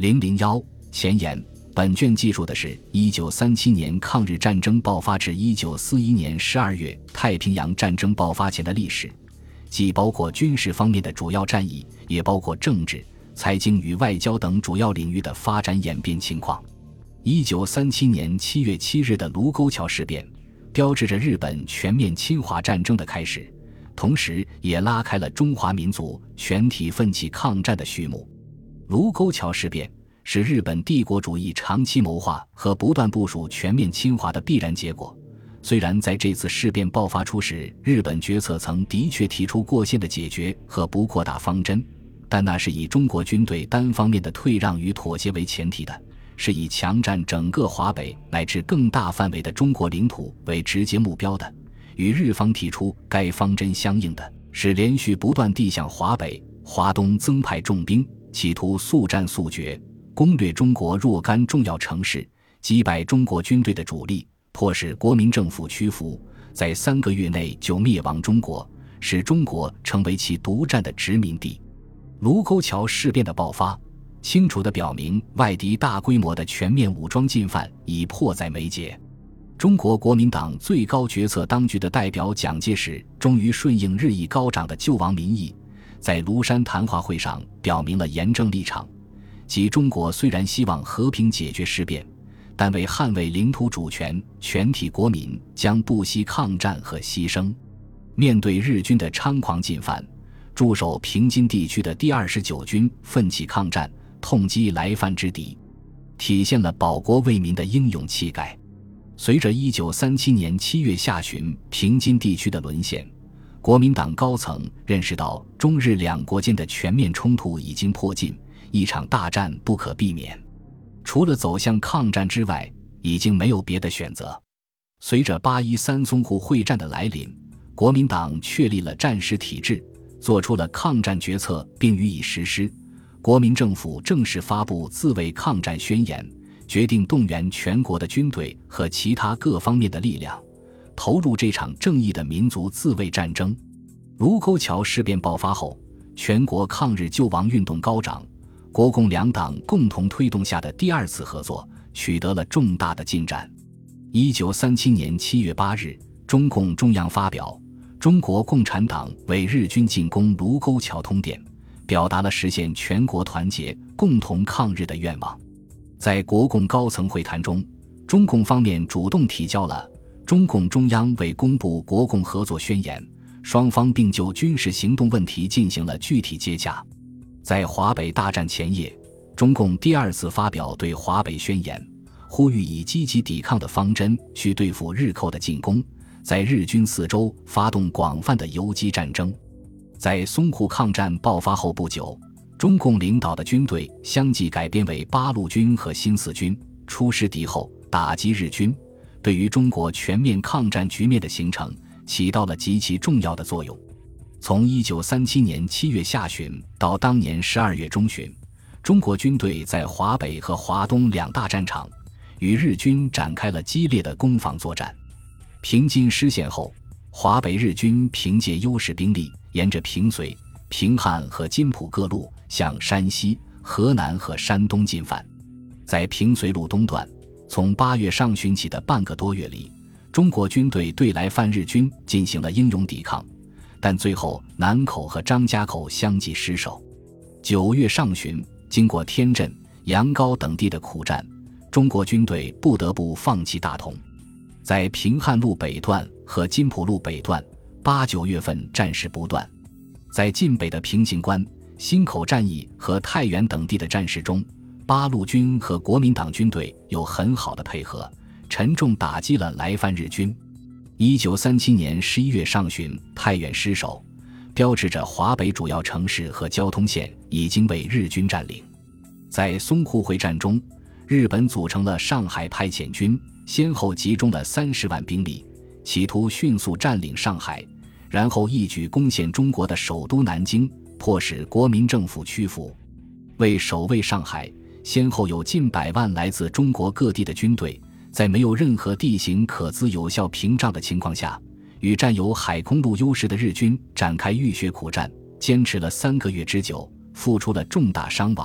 001前言，本卷记述的是1937年抗日战争爆发至1941年12月太平洋战争爆发前的历史，既包括军事方面的主要战役，也包括政治、财经与外交等主要领域的发展演变情况。1937年7月7日的卢沟桥事变，标志着日本全面侵华战争的开始，同时也拉开了中华民族全体奋起抗战的序幕。卢沟桥事变是日本帝国主义长期谋划和不断部署全面侵华的必然结果。虽然在这次事变爆发初时，日本决策层的确提出过线的解决和不扩大方针，但那是以中国军队单方面的退让与妥协为前提的，是以强占整个华北乃至更大范围的中国领土为直接目标的。与日方提出该方针相应的是连续不断地向华北、华东增派重兵，企图速战速决，攻略中国若干重要城市，击败中国军队的主力，迫使国民政府屈服，在3个月内就灭亡中国，使中国成为其独占的殖民地。卢沟桥事变的爆发，清楚地表明外敌大规模的全面武装进犯已迫在眉睫。中国国民党最高决策当局的代表蒋介石终于顺应日益高涨的救亡民意，在庐山谈话会上表明了严正立场，即中国虽然希望和平解决事变，但为捍卫领土主权，全体国民将不惜抗战和牺牲。面对日军的猖狂进犯，驻守平津地区的第29军奋起抗战，痛击来犯之敌，体现了保国为民的英勇气概。随着1937年7月下旬平津地区的沦陷，国民党高层认识到中日两国间的全面冲突已经迫近，一场大战不可避免，除了走向抗战之外，已经没有别的选择。随着813淞沪会战的来临，国民党确立了战时体制，做出了抗战决策并予以实施。国民政府正式发布自卫抗战宣言，决定动员全国的军队和其他各方面的力量，投入这场正义的民族自卫战争。卢沟桥事变爆发后，全国抗日救亡运动高涨，国共两党共同推动下的第二次合作取得了重大的进展。1937年7月8日，中共中央发表《中国共产党为日军进攻卢沟桥通电》，表达了实现全国团结、共同抗日的愿望。在国共高层会谈中，中共方面主动提交了中共中央未公布国共合作宣言，双方并就军事行动问题进行了具体接洽。在华北大战前夜，中共第二次发表对华北宣言，呼吁以积极抵抗的方针去对付日寇的进攻，在日军四周发动广泛的游击战争。在淞沪抗战爆发后不久，中共领导的军队相继改编为八路军和新四军，出师敌后，打击日军，对于中国全面抗战局面的形成起到了极其重要的作用。从1937年7月下旬到当年12月中旬，中国军队在华北和华东两大战场与日军展开了激烈的攻防作战。平津失陷后，华北日军凭借优势兵力，沿着平绥、平汉和津浦各路向山西、河南和山东进犯。在平绥路东段，从8月上旬起的半个多月里，中国军队对来犯日军进行了英勇抵抗，但最后南口和张家口相继失守。9月上旬，经过天镇、杨高等地的苦战，中国军队不得不放弃大同。在平汉路北段和津浦路北段8、9月份战事不断。在晋北的平型关、新口战役和太原等地的战事中，八路军和国民党军队有很好的配合，沉重打击了来犯日军。1937年11月上旬，太原失守，标志着华北主要城市和交通线已经被日军占领。在淞沪会战中，日本组成了上海派遣军，先后集中了30万兵力，企图迅速占领上海，然后一举攻陷中国的首都南京，迫使国民政府屈服。为守卫上海，先后有近100万来自中国各地的军队，在没有任何地形可资有效屏障的情况下，与占有海空路优势的日军展开浴血苦战，坚持了3个月之久，付出了重大伤亡。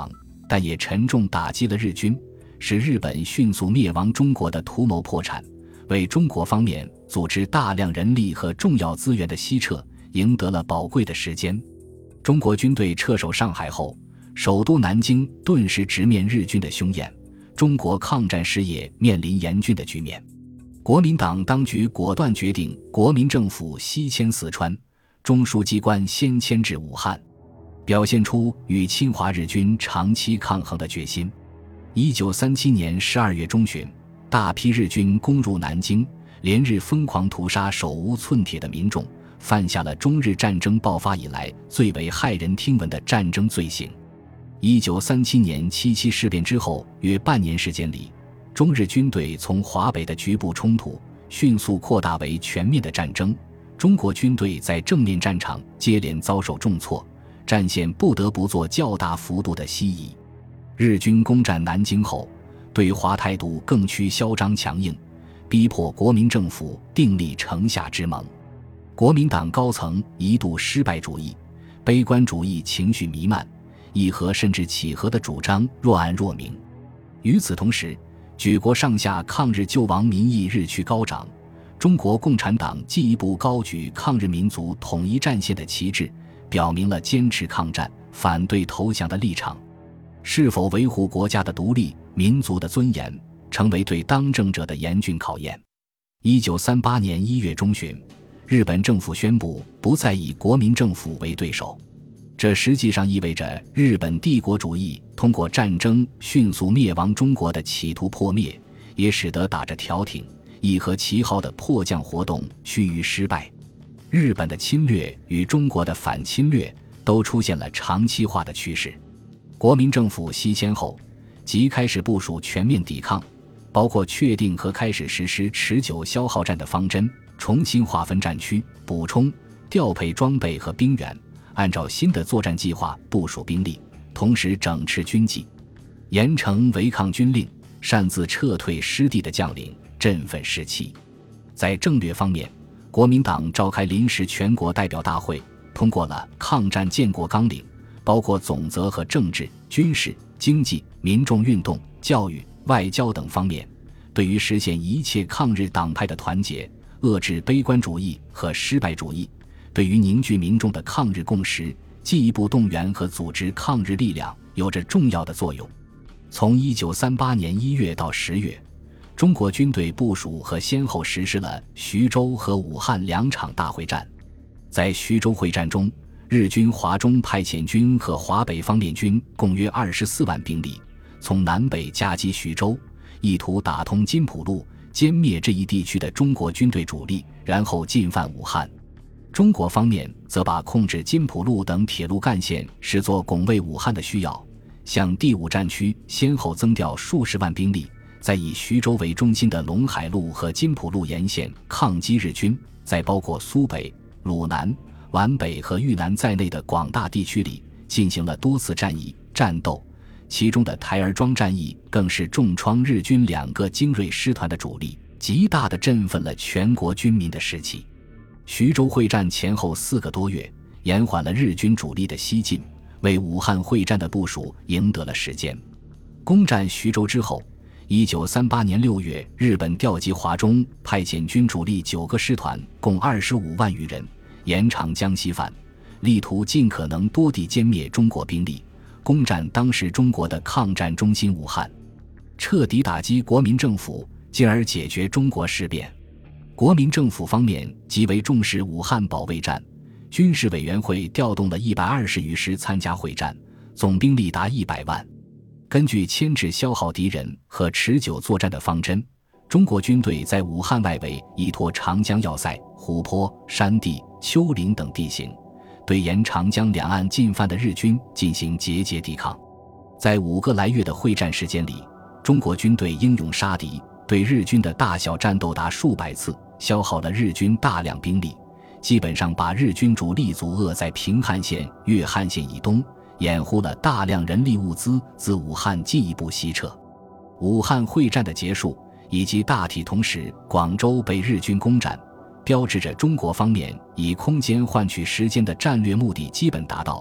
但也沉重打击了日军，使日本迅速灭亡中国的图谋破产，为中国方面组织大量人力和重要资源的西撤赢得了宝贵的时间。中国军队撤守上海后，首都南京顿时直面日军的凶焰，中国抗战事业面临严峻的局面。国民党当局果断决定国民政府西迁四川，中枢机关先迁至武汉，表现出与侵华日军长期抗衡的决心。1937年12月中旬，大批日军攻入南京，连日疯狂屠杀手无寸铁的民众，犯下了中日战争爆发以来最为骇人听闻的战争罪行。1937年7·7事变之后约半年时间里，中日军队从华北的局部冲突迅速扩大为全面的战争，中国军队在正面战场接连遭受重挫，战线不得不做较大幅度的西移。日军攻占南京后，对华态度更趋嚣张强硬，逼迫国民政府订立城下之盟。国民党高层一度失败主义、悲观主义情绪弥漫，议和甚至起和的主张若暗若明。与此同时，举国上下抗日救亡民意日趋高涨，中国共产党进一步高举抗日民族统一战线的旗帜，表明了坚持抗战、反对投降的立场。是否维护国家的独立、民族的尊严，成为对当政者的严峻考验。1938年1月中旬，日本政府宣布不再以国民政府为对手，这实际上意味着日本帝国主义通过战争迅速灭亡中国的企图破灭，也使得打着调停、议和旗号的迫降活动趋于失败。日本的侵略与中国的反侵略都出现了长期化的趋势。国民政府西迁后，即开始部署全面抵抗，包括确定和开始实施持久消耗战的方针，重新划分战区，补充、调配装备和兵员，按照新的作战计划部署兵力，同时整治军纪，严惩违抗军令、擅自撤退失地的将领，振奋士气。在政略方面，国民党召开临时全国代表大会，通过了抗战建国纲领，包括总则和政治、军事、经济、民众运动、教育、外交等方面，对于实现一切抗日党派的团结，遏制悲观主义和失败主义，对于凝聚民众的抗日共识，进一步动员和组织抗日力量，有着重要的作用。从1938年1月到10月，中国军队部署和先后实施了徐州和武汉两场大会战。在徐州会战中，日军华中派遣军和华北方面军共约24万兵力，从南北夹击徐州，意图打通津浦路，歼灭这一地区的中国军队主力，然后进犯武汉。中国方面则把控制津浦路等铁路干线视作拱卫武汉的需要，向第5战区先后增调数十万兵力，在以徐州为中心的陇海路和津浦路沿线抗击日军，在包括苏北、鲁南、皖北和豫南在内的广大地区里进行了多次战役战斗，其中的台儿庄战役更是重创日军2个精锐师团的主力，极大地振奋了全国军民的士气。徐州会战前后4个多月，延缓了日军主力的西进，为武汉会战的部署赢得了时间。攻占徐州之后，1938年6月，日本调集华中派遣军主力9个师团，共25万余人，沿长江西犯，力图尽可能多地歼灭中国兵力，攻占当时中国的抗战中心武汉，彻底打击国民政府，进而解决中国事变。国民政府方面极为重视武汉保卫战，军事委员会调动了120余师参加会战，总兵力达100万。根据牵制消耗敌人和持久作战的方针，中国军队在武汉外围依托长江要塞、湖泊、山地、丘陵等地形，对沿长江两岸进犯的日军进行节节抵抗。在5个来月的会战时间里，中国军队英勇杀敌，对日军的大小战斗达数百次，消耗了日军大量兵力，基本上把日军主力阻遏在平汉线、粤汉线以东，掩护了大量人力物资自武汉进一步西撤。武汉会战的结束，以及大体同时广州被日军攻占，标志着中国方面以空间换取时间的战略目的基本达到，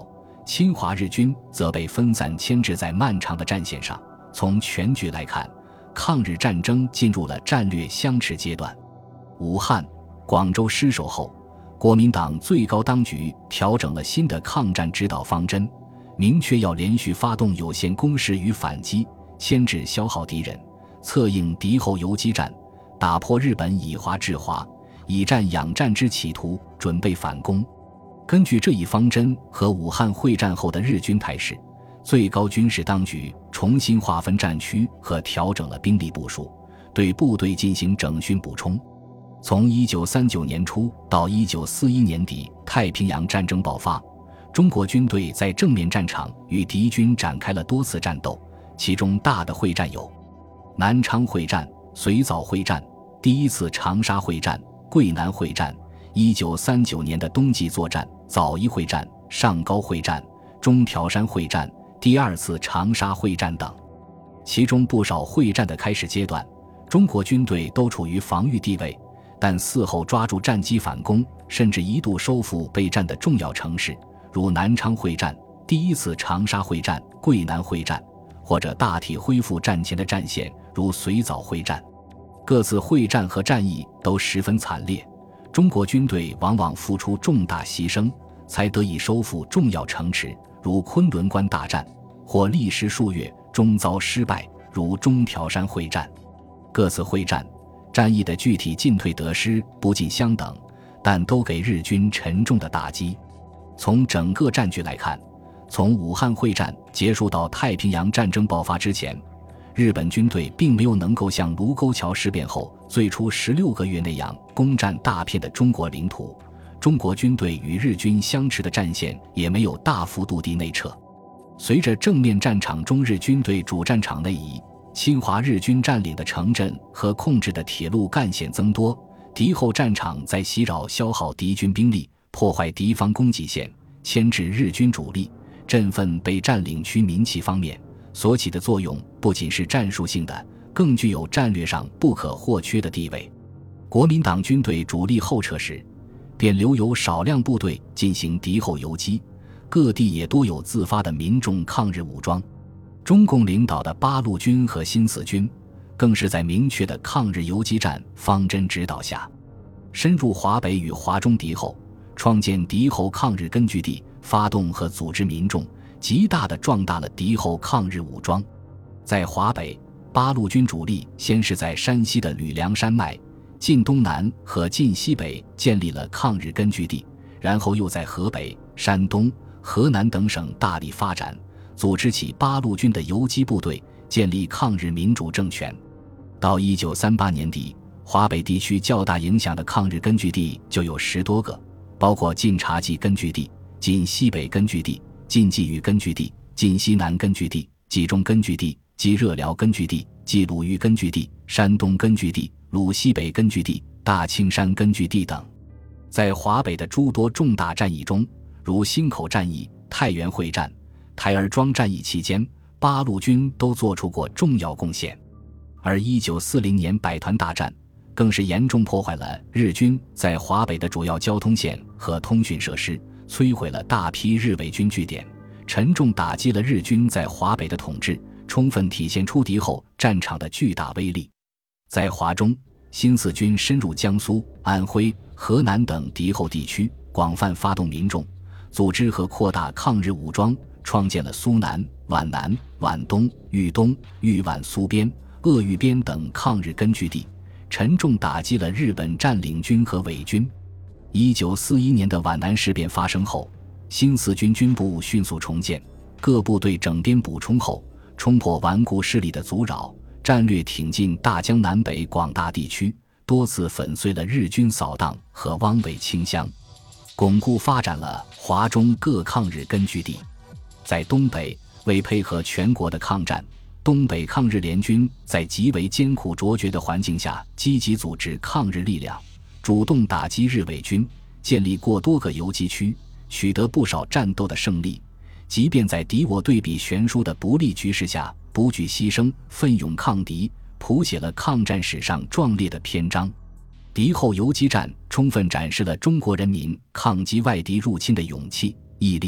侵华日军则被分散牵制在漫长的战线上。从全局来看，抗日战争进入了战略相持阶段。武汉、广州失守后，国民党最高当局调整了新的抗战指导方针，明确要连续发动有限攻势与反击，牵制消耗敌人，策应敌后游击战，打破日本以华制华、以战养战之企图，准备反攻。根据这一方针和武汉会战后的日军态势，最高军事当局重新划分战区和调整了兵力部署，对部队进行整训补充。从1939年初到1941年底，太平洋战争爆发，中国军队在正面战场与敌军展开了多次战斗，其中大的会战有南昌会战、绥枣会战、第一次长沙会战、桂南会战、1939年的冬季作战、枣宜会战、上高会战、中条山会战、第二次长沙会战等。其中不少会战的开始阶段，中国军队都处于防御地位，但嗣后抓住战机反攻，甚至一度收复备战的重要城市，如南昌会战、第一次长沙会战、桂南会战，或者大体恢复战前的战线，如绥枣会战。各次会战和战役都十分惨烈，中国军队往往付出重大牺牲，才得以收复重要城池，如昆仑关大战，或历时数月终遭失败，如中条山会战。各次会战战役的具体进退得失不尽相等，但都给日军沉重的打击。从整个战局来看，从武汉会战结束到太平洋战争爆发之前，日本军队并没有能够像卢沟桥事变后最初16个月那样攻占大片的中国领土，中国军队与日军相持的战线也没有大幅度地内撤。随着正面战场中日军对主战场内移，侵华日军占领的城镇和控制的铁路干线增多，敌后战场在袭扰消耗敌军兵力，破坏敌方供给线，牵制日军主力，振奋被占领区民气方面所起的作用不仅是战术性的，更具有战略上不可或缺的地位。国民党军队主力后撤时，便留有少量部队进行敌后游击，各地也多有自发的民众抗日武装。中共领导的八路军和新四军更是在明确的抗日游击战方针指导下，深入华北与华中敌后，创建敌后抗日根据地，发动和组织民众，极大地壮大了敌后抗日武装。在华北，八路军主力先是在山西的吕梁山脉、晋东南和晋西北建立了抗日根据地，然后又在河北、山东、河南等省大力发展，组织起八路军的游击部队，建立抗日民主政权。到1938年底，华北地区较大影响的抗日根据地就有10多个，包括晋察冀根据地、晋西北根据地、晋冀豫根据地、晋西南根据地、冀中根据地、冀热辽根据地、冀鲁豫根据地、山东根据地、鲁西北根据地、大青山根据地等。在华北的诸多重大战役中，如忻口战役、太原会战、台儿庄战役期间，八路军都做出过重要贡献。而1940年百团大战更是严重破坏了日军在华北的主要交通线和通讯设施，摧毁了大批日伪军据点，沉重打击了日军在华北的统治，充分体现出敌后战场的巨大威力。在华中，新四军深入江苏、安徽、河南等敌后地区，广泛发动民众，组织和扩大抗日武装，创建了苏南、皖南、皖东、豫东、豫皖苏边、鄂豫边等抗日根据地，沉重打击了日本占领军和伪军。1941年的皖南事变发生后，新四军军部迅速重建，各部队整编补充后，冲破顽固势力的阻扰，战略挺进大江南北广大地区，多次粉碎了日军扫荡和汪伪倾向，巩固发展了华中各抗日根据地。在东北，为配合全国的抗战，东北抗日联军在极为艰苦卓绝的环境下积极组织抗日力量，主动打击日伪军，建立过多个游击区，取得不少战斗的胜利。即便在敌我对比悬殊的不利局势下，不惧牺牲，奋勇抗敌，谱写了抗战史上壮烈的篇章。敌后游击战充分展示了中国人民抗击外敌入侵的勇气、毅力、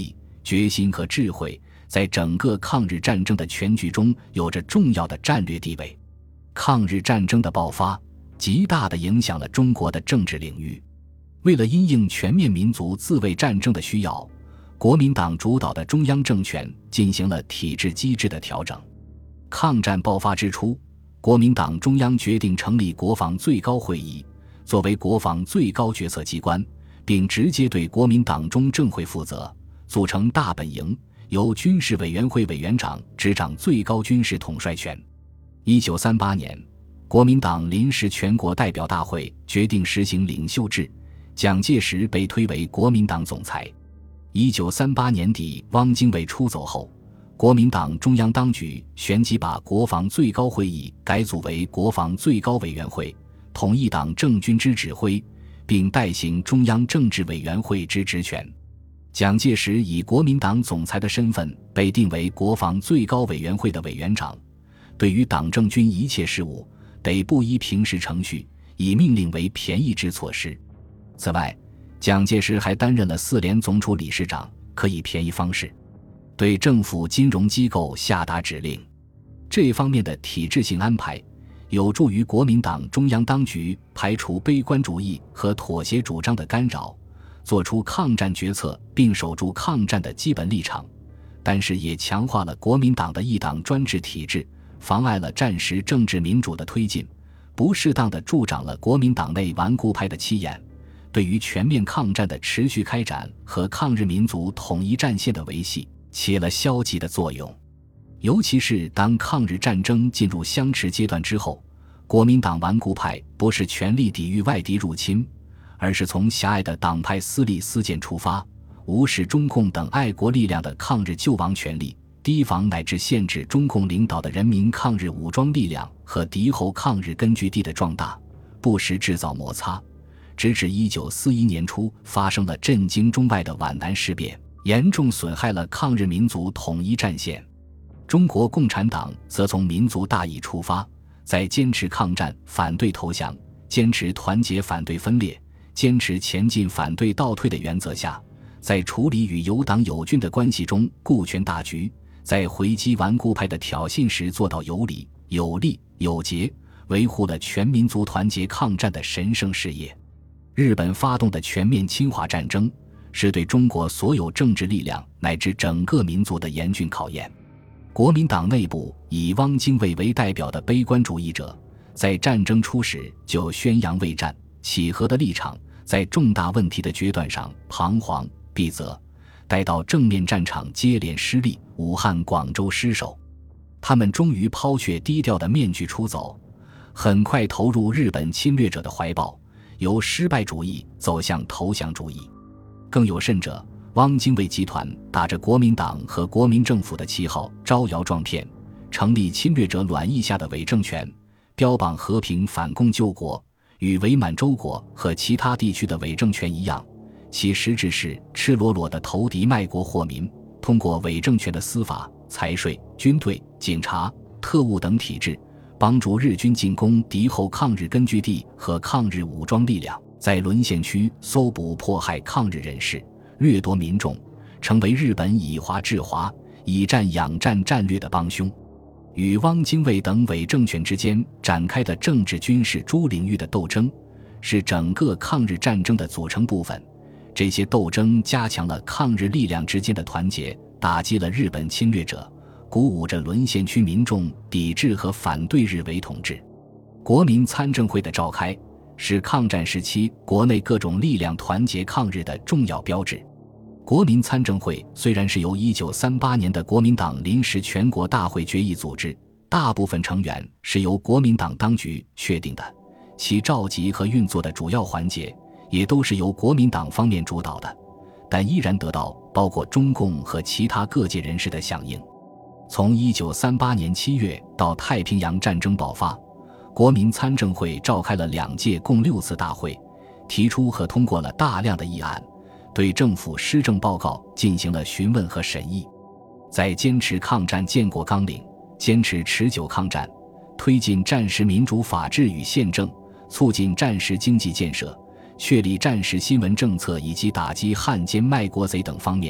决心和智慧在整个抗日战争的全局中有着重要的战略地位。抗日战争的爆发极大地影响了中国的政治领域。为了因应全面民族自卫战争的需要，国民党主导的中央政权进行了体制机制的调整。抗战爆发之初，国民党中央决定成立国防最高会议，作为国防最高决策机关，并直接对国民党中政会负责，组成大本营，由军事委员会委员长执掌最高军事统帅权。1938年，国民党临时全国代表大会决定实行领袖制，蒋介石被推为国民党总裁。1938年底，汪精卫出走后，国民党中央当局旋即把国防最高会议改组为国防最高委员会，统一党政军之指挥，并代行中央政治委员会之职权。蒋介石以国民党总裁的身份被定为国防最高委员会的委员长，对于党政军一切事务得不依平时程序，以命令为便宜之措施。此外，蒋介石还担任了4联总署理事长，可以便宜方式对政府金融机构下达指令。这方面的体制性安排有助于国民党中央当局排除悲观主义和妥协主张的干扰，做出抗战决策并守住抗战的基本立场，但是也强化了国民党的一党专制体制，妨碍了战时政治民主的推进，不适当地助长了国民党内顽固派的气焰，对于全面抗战的持续开展和抗日民族统一战线的维系起了消极的作用。尤其是当抗日战争进入相持阶段之后，国民党顽固派不是全力抵御外敌入侵，而是从狭隘的党派私利私见出发，无视中共等爱国力量的抗日救亡权利，提防乃至限制中共领导的人民抗日武装力量和敌后抗日根据地的壮大，不时制造摩擦，直至1941年初发生了震惊中外的皖南事变，严重损害了抗日民族统一战线。中国共产党则从民族大义出发，在坚持抗战反对投降，坚持团结反对分裂，坚持前进反对倒退的原则下，在处理与有党有军的关系中顾全大局，在回击顽固派的挑衅时做到有理有利有节，维护了全民族团结抗战的神圣事业。日本发动的全面侵华战争是对中国所有政治力量乃至整个民族的严峻考验。国民党内部以汪精卫为代表的悲观主义者，在战争初始就宣扬畏战乞和的立场，在重大问题的决断上彷徨避责，待到正面战场接连失利，武汉、广州失守，他们终于抛却低调的面具出走，很快投入日本侵略者的怀抱，由失败主义走向投降主义。更有甚者，汪精卫集团打着国民党和国民政府的旗号招摇撞骗，成立侵略者卵意下的伪政权，标榜和平反共救国，与伪满洲国和其他地区的伪政权一样，其实质是赤裸裸的投敌卖国祸民，通过伪政权的司法、财税、军队、警察、特务等体制，帮助日军进攻敌后抗日根据地和抗日武装力量，在沦陷区搜捕迫害抗日人士，掠夺民众，成为日本以华制华、以战养战战略的帮凶。与汪精卫等伪政权之间展开的政治军事诸领域的斗争，是整个抗日战争的组成部分。这些斗争加强了抗日力量之间的团结，打击了日本侵略者，鼓舞着沦陷区民众抵制和反对日伪统治。国民参政会的召开，是抗战时期国内各种力量团结抗日的重要标志。国民参政会虽然是由1938年的国民党临时全国大会决议组织，大部分成员是由国民党当局确定的，其召集和运作的主要环节也都是由国民党方面主导的，但依然得到包括中共和其他各界人士的响应。从1938年7月到太平洋战争爆发，国民参政会召开了2届共6次大会，提出和通过了大量的议案，对政府施政报告进行了询问和审议。在坚持抗战建国纲领、坚持持久抗战、推进战时民主法治与宪政、促进战时经济建设、确立战时新闻政策以及打击汉奸卖国贼等方面，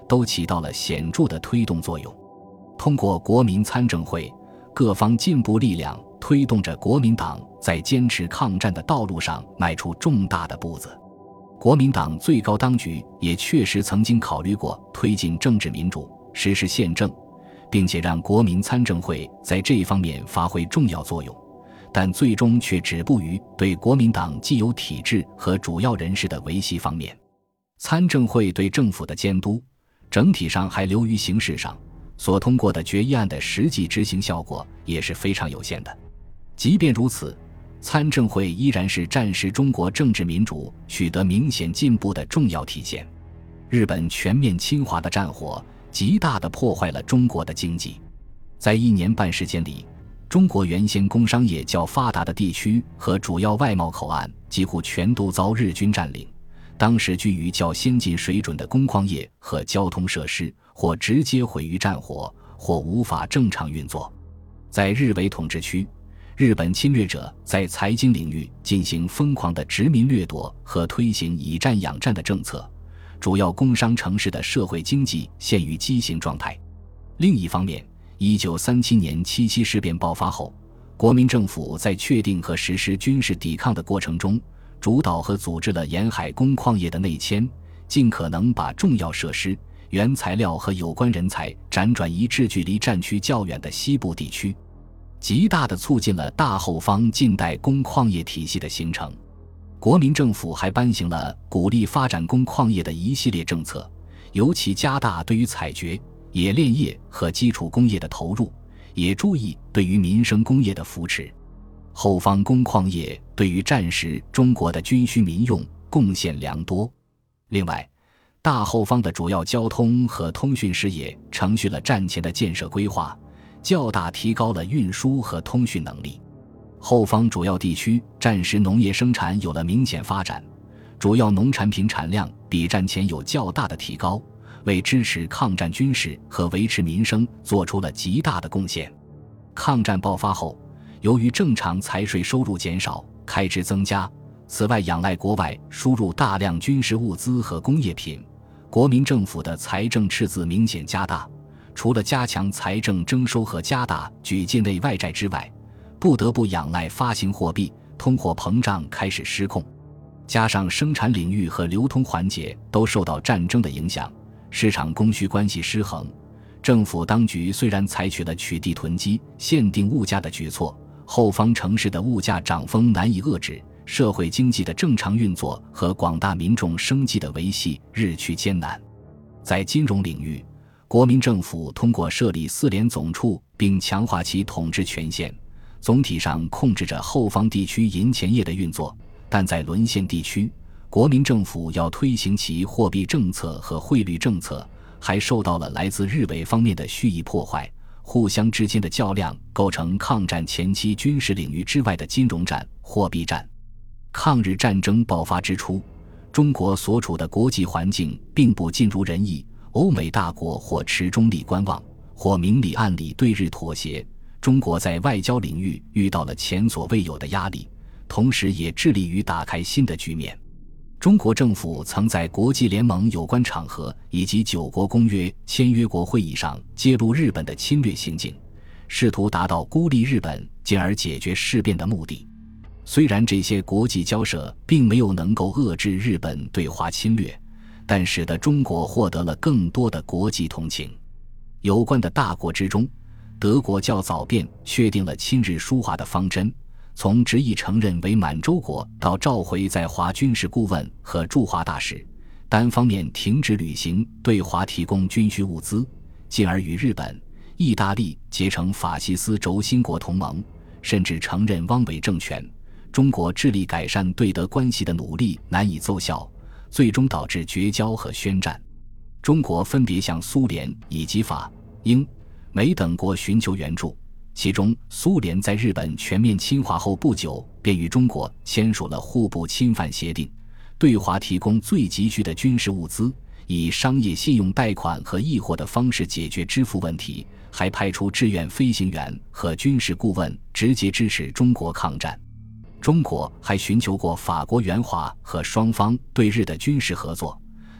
都起到了显著的推动作用。通过国民参政会，各方进步力量推动着国民党在坚持抗战的道路上迈出重大的步子。国民党最高当局也确实曾经考虑过推进政治民主，实施宪政，并且让国民参政会在这一方面发挥重要作用，但最终却止步于对国民党既有体制和主要人士的维系方面。参政会对政府的监督整体上还流于形式上，所通过的决议案的实际执行效果也是非常有限的。即便如此，参政会依然是战时中国政治民主取得明显进步的重要体现。日本全面侵华的战火极大地破坏了中国的经济。在1年半时间里，中国原先工商业较发达的地区和主要外贸口岸几乎全都遭日军占领，当时居于较先进水准的工矿业和交通设施或直接毁于战火，或无法正常运作。在日伪统治区，日本侵略者在财经领域进行疯狂的殖民掠夺和推行以战养战的政策，主要工商城市的社会经济陷于畸形状态。另一方面，1937年7·7事变爆发后，国民政府在确定和实施军事抵抗的过程中，主导和组织了沿海工矿业的内迁，尽可能把重要设施、原材料和有关人才辗转移至距离战区较远的西部地区，极大地促进了大后方近代工矿业体系的形成。国民政府还颁行了鼓励发展工矿业的一系列政策，尤其加大对于采掘、冶炼业和基础工业的投入，也注意对于民生工业的扶持。后方工矿业对于战时中国的军需民用贡献良多。另外，大后方的主要交通和通讯事业承续了战前的建设规划，较大提高了运输和通讯能力。后方主要地区战时农业生产有了明显发展，主要农产品产量比战前有较大的提高，为支持抗战军事和维持民生做出了极大的贡献。抗战爆发后，由于正常财税收入减少，开支增加，此外仰赖国外输入大量军事物资和工业品，国民政府的财政赤字明显加大。除了加强财政征收和加大举境内外债之外，不得不仰赖发行货币，通货膨胀开始失控。加上生产领域和流通环节都受到战争的影响，市场供需关系失衡，政府当局虽然采取了取缔囤积、限定物价的举措，后方城市的物价涨峰难以遏制，社会经济的正常运作和广大民众生计的维系日趋艰难。在金融领域，国民政府通过设立4联总处并强化其统治权限，总体上控制着后方地区银钱业的运作，但在沦陷地区，国民政府要推行其货币政策和汇率政策，还受到了来自日伪方面的蓄意破坏，互相之间的较量构成抗战前期军事领域之外的金融战、货币战。抗日战争爆发之初，中国所处的国际环境并不尽如人意，欧美大国或持中立观望，或明里暗里对日妥协，中国在外交领域遇到了前所未有的压力，同时也致力于打开新的局面。中国政府曾在国际联盟有关场合以及9国公约签约国会议上揭露日本的侵略行径，试图达到孤立日本进而解决事变的目的。虽然这些国际交涉并没有能够遏制日本对华侵略，但使得中国获得了更多的国际同情。有关的大国之中，德国较早便确定了亲日疏华的方针，从执意承认为满洲国到召回在华军事顾问和驻华大使，单方面停止履行对华提供军需物资，进而与日本、意大利结成法西斯轴心国同盟，甚至承认汪伪政权。中国致力改善对德关系的努力难以奏效，最终导致绝交和宣战。中国分别向苏联以及法、英、美等国寻求援助，其中苏联在日本全面侵华后不久便与中国签署了互不侵犯协定，对华提供最急需的军事物资，以商业信用贷款和易货的方式解决支付问题，还派出志愿飞行员和军事顾问直接支持中国抗战。中国还寻求过法国援华和双方对日的军事合作，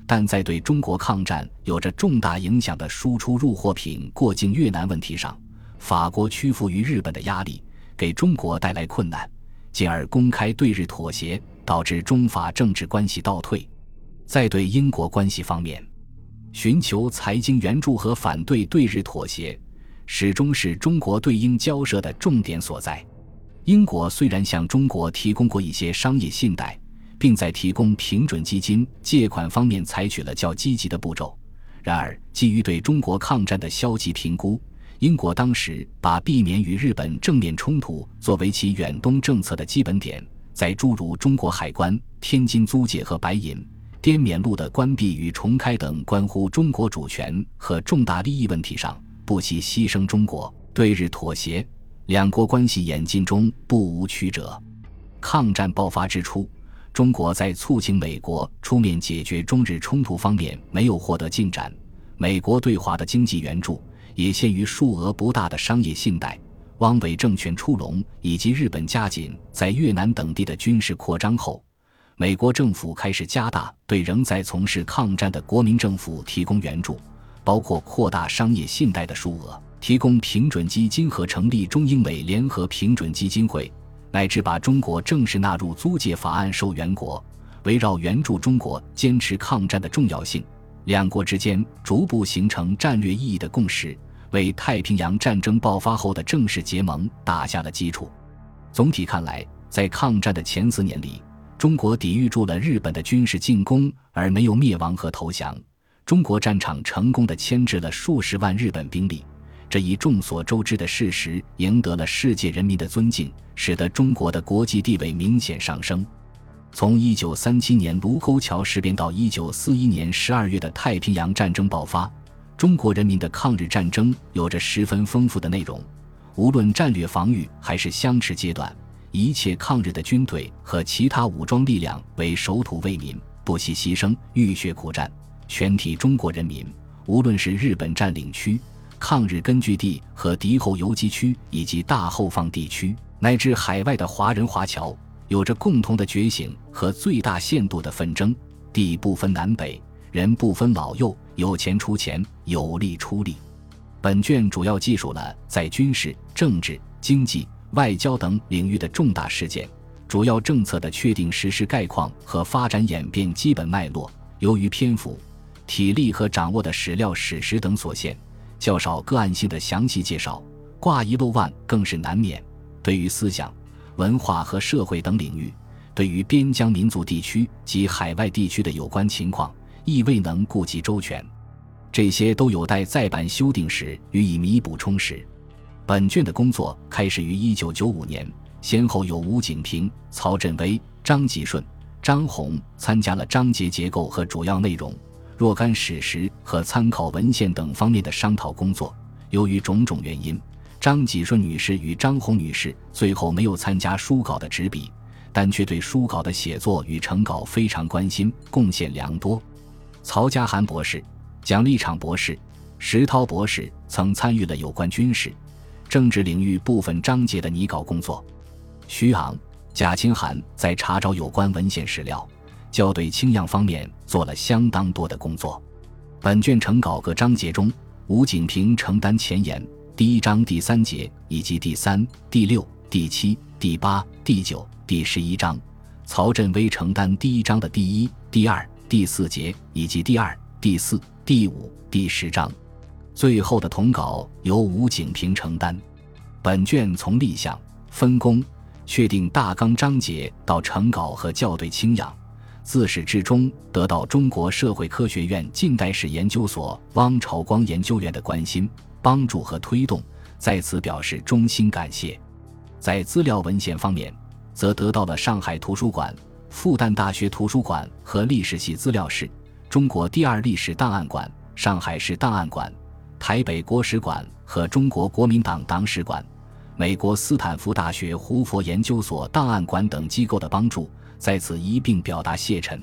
但在对中国抗战有着重大影响的输出入货品过境越南问题上，法国屈服于日本的压力，给中国带来困难，进而公开对日妥协，导致中法政治关系倒退。在对英国关系方面，寻求财经援助和反对对日妥协，始终是中国对英交涉的重点所在。英国虽然向中国提供过一些商业信贷，并在提供平准基金借款方面采取了较积极的步骤，然而基于对中国抗战的消极评估，英国当时把避免与日本正面冲突作为其远东政策的基本点，在诸如中国海关、天津租界和白银、滇缅路的关闭与重开等关乎中国主权和重大利益问题上，不惜牺牲中国，对日妥协，两国关系演进中不无曲折。抗战爆发之初，中国在促请美国出面解决中日冲突方面没有获得进展，美国对华的经济援助也限于数额不大的商业信贷。汪伪政权出笼以及日本加紧在越南等地的军事扩张后，美国政府开始加大对仍在从事抗战的国民政府提供援助，包括扩大商业信贷的数额，提供平准基金和成立中英美联合平准基金会，乃至把中国正式纳入租界法案受援国。围绕援助中国坚持抗战的重要性，两国之间逐步形成战略意义的共识，为太平洋战争爆发后的正式结盟打下了基础。总体看来，在抗战的前4年里，中国抵御住了日本的军事进攻而没有灭亡和投降，中国战场成功地牵制了数十万日本兵力，这一众所周知的事实赢得了世界人民的尊敬，使得中国的国际地位明显上升。从1937年卢沟桥事变到1941年12月的太平洋战争爆发，中国人民的抗日战争有着十分丰富的内容，无论战略防御还是相持阶段，一切抗日的军队和其他武装力量为守土为民，不惜牺牲，浴血苦战。全体中国人民，无论是日本占领区、抗日根据地和敌后游击区，以及大后方地区，乃至海外的华人华侨，有着共同的觉醒和最大限度的纷争。地不分南北，人不分老幼，有钱出钱，有力出力。本卷主要记述了在军事、政治、经济、外交等领域的重大事件，主要政策的确定实施概况和发展演变基本脉络。由于篇幅、体力和掌握的史料史实等所限，较少个案性的详细介绍，挂一漏万更是难免。对于思想、文化和社会等领域，对于边疆民族地区及海外地区的有关情况，亦未能顾及周全，这些都有待再版修订时予以弥补充实。本卷的工作开始于1995年，先后有吴景平、曹振威、张吉顺、张宏参加了章节结构和主要内容、若干史实和参考文献等方面的商讨工作。由于种种原因，张吉顺女士与张宏女士最后没有参加书稿的执笔，但却对书稿的写作与成稿非常关心，贡献良多。曹家涵博士、蒋立场博士、石涛博士曾参与了有关军事、政治领域部分章节的拟稿工作。徐昂、贾清涵在查找有关文献史料、校对清样方面做了相当多的工作。本卷成稿各章节中，吴景平承担前言、第1章第3节以及第3、第6、第7、第8、第9、第11章，曹振威承担第1章的第1、第2、第4节以及第2、第4、第5、第10章。最后的统稿由吴景平承担。本卷从立项、分工、确定大纲章节到成稿和校对清样，自始至终得到中国社会科学院近代史研究所汪朝光研究员的关心、帮助和推动，在此表示衷心感谢。在资料文献方面，则得到了上海图书馆、复旦大学图书馆和历史系资料室、中国第2历史档案馆、上海市档案馆、台北国史馆和中国国民党党史馆、美国斯坦福大学胡佛研究所档案馆等机构的帮助，在此一并表达谢忱。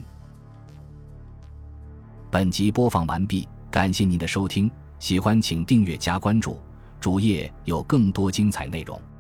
本集播放完毕，感谢您的收听，喜欢请订阅加关注，主页有更多精彩内容。